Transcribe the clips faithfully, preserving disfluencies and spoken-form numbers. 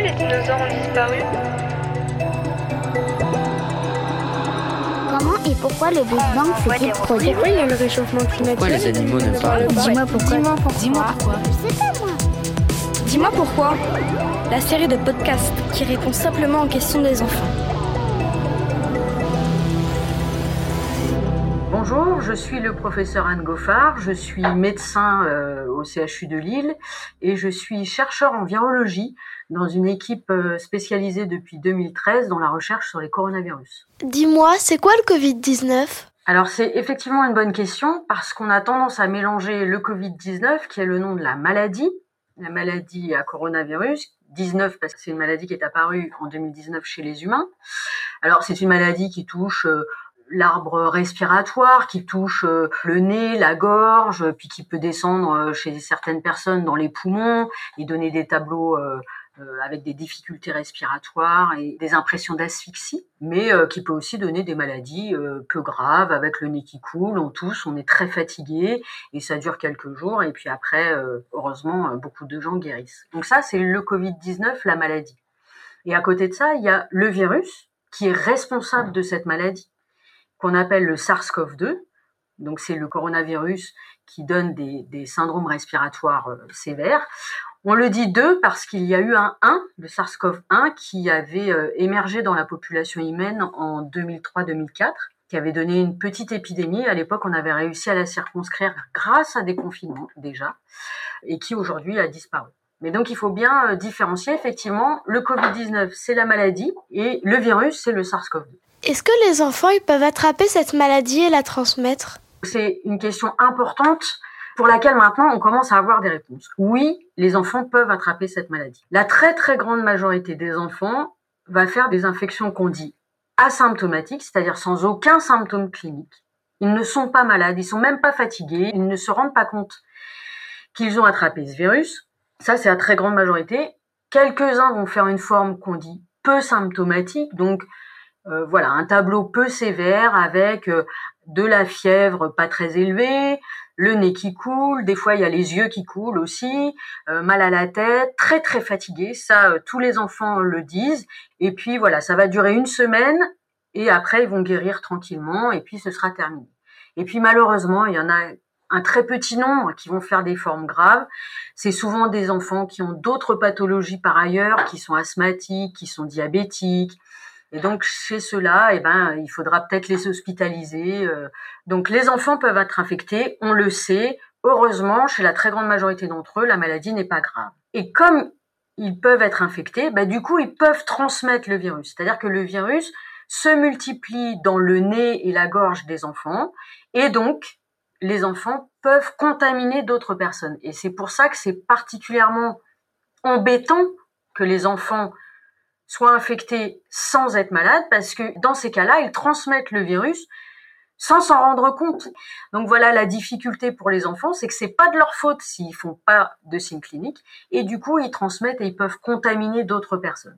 les dinosaures ont disparu? Comment et pourquoi le Big Bang s'est-il produit? Pourquoi il y a le réchauffement climatique? Pourquoi les animaux ne parlent pas? Dis-moi pourquoi. Dis-moi pourquoi. Dis-moi pourquoi. Je sais pas moi. Dis-moi pourquoi. La série de podcasts qui répond simplement aux questions des enfants. Bonjour, je suis le professeur Anne Goffard, je suis médecin euh, au C H U de Lille et je suis chercheur en virologie dans une équipe euh, spécialisée depuis deux mille treize dans la recherche sur les coronavirus. Dis-moi, c'est quoi le covid dix-neuf ? Alors c'est effectivement une bonne question parce qu'on a tendance à mélanger le covid dix-neuf qui est le nom de la maladie, la maladie à coronavirus, dix-neuf parce que c'est une maladie qui est apparue en deux mille dix-neuf chez les humains. Alors c'est une maladie qui touche euh, l'arbre respiratoire, qui touche euh, le nez, la gorge, puis qui peut descendre euh, chez certaines personnes dans les poumons et donner des tableaux euh, euh, avec des difficultés respiratoires et des impressions d'asphyxie, mais euh, qui peut aussi donner des maladies euh, peu graves avec le nez qui coule, on tousse, on est très fatigué et ça dure quelques jours et puis après, euh, heureusement, beaucoup de gens guérissent. Donc ça, c'est le covid dix-neuf, la maladie. Et à côté de ça, il y a le virus qui est responsable de cette maladie, qu'on appelle le SARS-CoV deux. Donc, c'est le coronavirus qui donne des, des syndromes respiratoires euh, sévères. On le dit deux parce qu'il y a eu un un, le SARS-CoV un, qui avait euh, émergé dans la population humaine en deux mille trois deux mille quatre, qui avait donné une petite épidémie. À l'époque, on avait réussi à la circonscrire grâce à des confinements, déjà, et qui aujourd'hui a disparu. Mais donc, il faut bien euh, différencier, effectivement, le covid dix-neuf, c'est la maladie, et le virus, c'est le SARS-CoV deux. Est-ce que les enfants ils peuvent attraper cette maladie et la transmettre ? C'est une question importante pour laquelle maintenant on commence à avoir des réponses. Oui, les enfants peuvent attraper cette maladie. La très très grande majorité des enfants va faire des infections qu'on dit asymptomatiques, c'est-à-dire sans aucun symptôme clinique. Ils ne sont pas malades, ils sont même pas fatigués, ils ne se rendent pas compte qu'ils ont attrapé ce virus. Ça, c'est la très grande majorité. Quelques-uns vont faire une forme qu'on dit peu symptomatique, donc Euh, voilà, un tableau peu sévère avec euh, de la fièvre pas très élevée, le nez qui coule, des fois il y a les yeux qui coulent aussi, euh, mal à la tête, très très fatigué, ça euh, tous les enfants le disent, et puis voilà, ça va durer une semaine, et après ils vont guérir tranquillement, et puis ce sera terminé. Et puis malheureusement, il y en a un très petit nombre qui vont faire des formes graves, c'est souvent des enfants qui ont d'autres pathologies par ailleurs, qui sont asthmatiques, qui sont diabétiques. Et donc, chez ceux-là, eh ben, il faudra peut-être les hospitaliser. Donc, les enfants peuvent être infectés, on le sait. Heureusement, chez la très grande majorité d'entre eux, la maladie n'est pas grave. Et comme ils peuvent être infectés, ben, du coup, ils peuvent transmettre le virus. C'est-à-dire que le virus se multiplie dans le nez et la gorge des enfants. Et donc, les enfants peuvent contaminer d'autres personnes. Et c'est pour ça que c'est particulièrement embêtant que les enfants soient infectés sans être malades, parce que dans ces cas-là, ils transmettent le virus sans s'en rendre compte. Donc voilà, la difficulté pour les enfants, c'est que c'est pas de leur faute s'ils font pas de signes cliniques, et du coup, ils transmettent et ils peuvent contaminer d'autres personnes.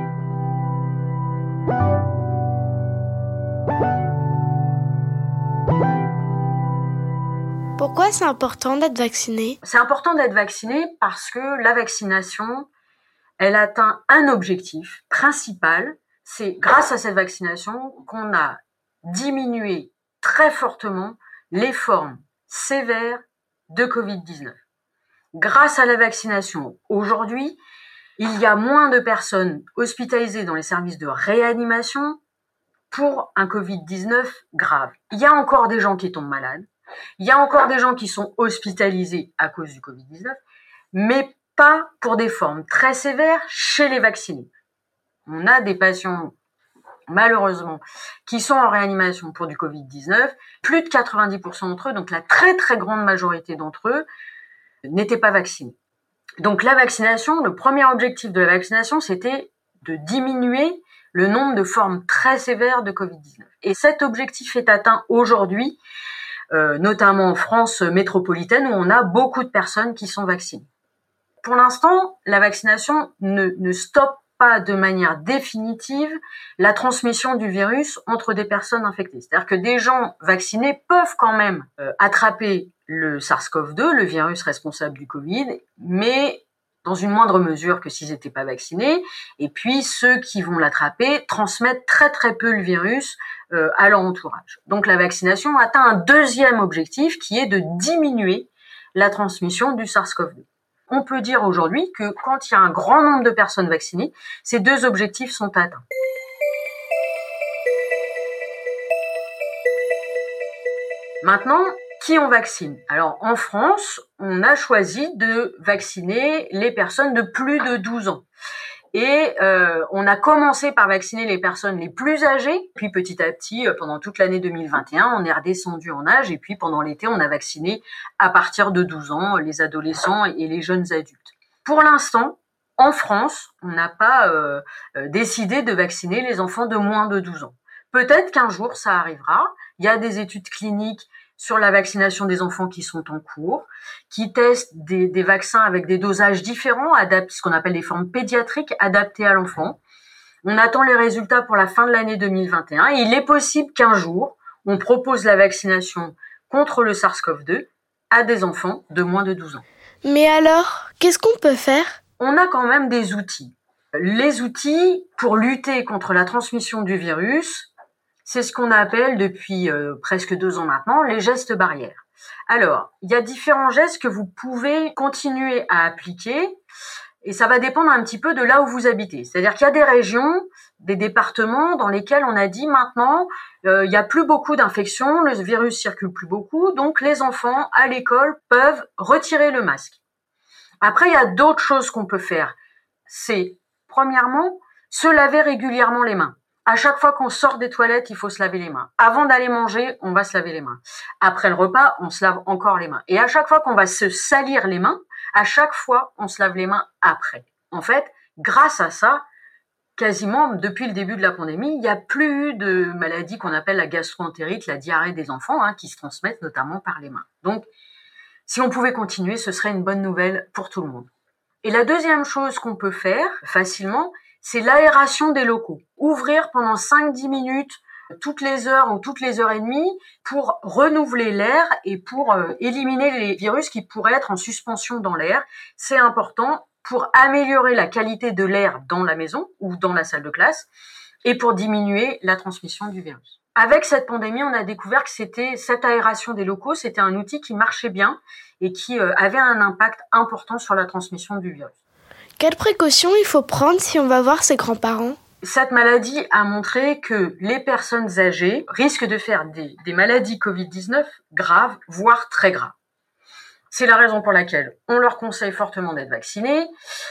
Pourquoi c'est important d'être vacciné ? C'est important d'être vacciné parce que la vaccination, elle atteint un objectif principal, c'est grâce à cette vaccination qu'on a diminué très fortement les formes sévères de covid dix-neuf. Grâce à la vaccination, aujourd'hui, il y a moins de personnes hospitalisées dans les services de réanimation pour un covid dix-neuf grave. Il y a encore des gens qui tombent malades, il y a encore des gens qui sont hospitalisés à cause du covid dix-neuf, mais pas pour des formes très sévères chez les vaccinés. On a des patients, malheureusement, qui sont en réanimation pour du covid dix-neuf. Plus de quatre-vingt-dix pour cent d'entre eux, donc la très très grande majorité d'entre eux, n'étaient pas vaccinés. Donc la vaccination, le premier objectif de la vaccination, c'était de diminuer le nombre de formes très sévères de covid dix-neuf. Et cet objectif est atteint aujourd'hui, euh, notamment en France métropolitaine, où on a beaucoup de personnes qui sont vaccinées. Pour l'instant, la vaccination ne, ne stoppe pas de manière définitive la transmission du virus entre des personnes infectées. C'est-à-dire que des gens vaccinés peuvent quand même euh, attraper le SARS-CoV deux, le virus responsable du Covid, mais dans une moindre mesure que s'ils n'étaient pas vaccinés. Et puis, ceux qui vont l'attraper transmettent très très peu le virus euh, à leur entourage. Donc, la vaccination atteint un deuxième objectif qui est de diminuer la transmission du SARS-CoV deux. On peut dire aujourd'hui que quand il y a un grand nombre de personnes vaccinées, ces deux objectifs sont atteints. Maintenant, qui on vaccine ? Alors, en France, on a choisi de vacciner les personnes de plus de douze ans. Et euh, on a commencé par vacciner les personnes les plus âgées, puis petit à petit, pendant toute l'année deux mille vingt et un, on est redescendu en âge, et puis pendant l'été, on a vacciné à partir de douze ans les adolescents et les jeunes adultes. Pour l'instant, en France, on n'a pas euh, décidé de vacciner les enfants de moins de douze ans. Peut-être qu'un jour, ça arrivera. Il y a des études cliniques sur la vaccination des enfants qui sont en cours, qui testent des, des vaccins avec des dosages différents, adaptés, ce qu'on appelle des formes pédiatriques adaptées à l'enfant. On attend les résultats pour la fin de l'année deux mille vingt et un et il est possible qu'un jour, on propose la vaccination contre le SARS-CoV deux à des enfants de moins de douze ans. Mais alors, qu'est-ce qu'on peut faire ? On a quand même des outils. Les outils pour lutter contre la transmission du virus, c'est ce qu'on appelle depuis euh, presque deux ans maintenant les gestes barrières. Alors, il y a différents gestes que vous pouvez continuer à appliquer et ça va dépendre un petit peu de là où vous habitez. C'est-à-dire qu'il y a des régions, des départements dans lesquels on a dit maintenant, euh, il n'y a plus beaucoup d'infections, le virus circule plus beaucoup, donc les enfants à l'école peuvent retirer le masque. Après, il y a d'autres choses qu'on peut faire. C'est, premièrement, se laver régulièrement les mains. À chaque fois qu'on sort des toilettes, il faut se laver les mains. Avant d'aller manger, on va se laver les mains. Après le repas, on se lave encore les mains. Et à chaque fois qu'on va se salir les mains, à chaque fois, on se lave les mains après. En fait, grâce à ça, quasiment depuis le début de la pandémie, il n'y a plus eu de maladies qu'on appelle la gastro-entérite, la diarrhée des enfants, hein, qui se transmettent notamment par les mains. Donc, si on pouvait continuer, ce serait une bonne nouvelle pour tout le monde. Et la deuxième chose qu'on peut faire facilement, c'est l'aération des locaux. Ouvrir pendant cinq à dix minutes toutes les heures ou toutes les heures et demie pour renouveler l'air et pour euh, éliminer les virus qui pourraient être en suspension dans l'air. C'est important pour améliorer la qualité de l'air dans la maison ou dans la salle de classe et pour diminuer la transmission du virus. Avec cette pandémie, on a découvert que c'était cette aération des locaux, c'était un outil qui marchait bien et qui euh, avait un impact important sur la transmission du virus. Quelles précautions il faut prendre si on va voir ses grands-parents ? Cette maladie a montré que les personnes âgées risquent de faire des, des maladies covid dix-neuf graves, voire très graves. C'est la raison pour laquelle on leur conseille fortement d'être vaccinés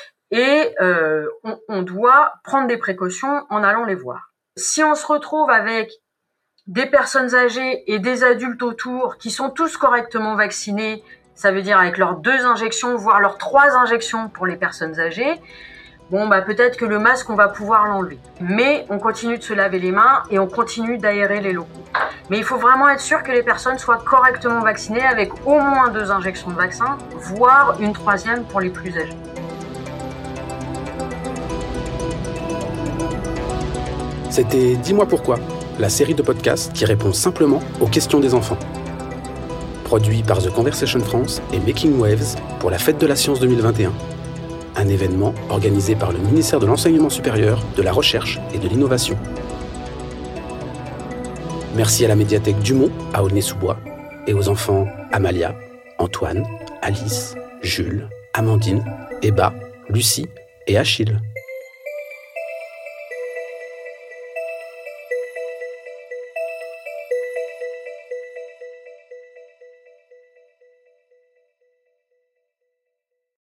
et euh, on, on doit prendre des précautions en allant les voir. Si on se retrouve avec des personnes âgées et des adultes autour qui sont tous correctement vaccinés, ça veut dire avec leurs deux injections, voire leurs trois injections pour les personnes âgées, bon, bah peut-être que le masque, on va pouvoir l'enlever. Mais on continue de se laver les mains et on continue d'aérer les locaux. Mais il faut vraiment être sûr que les personnes soient correctement vaccinées avec au moins deux injections de vaccin, voire une troisième pour les plus âgés. C'était Dis-moi pourquoi, la série de podcasts qui répond simplement aux questions des enfants. Produit par The Conversation France et Making Waves pour la Fête de la Science deux mille vingt et un. Un événement organisé par le ministère de l'Enseignement supérieur, de la Recherche et de l'Innovation. Merci à la médiathèque Dumont à Aulnay-sous-Bois et aux enfants Amalia, Antoine, Alice, Jules, Amandine, Eba, Lucie et Achille.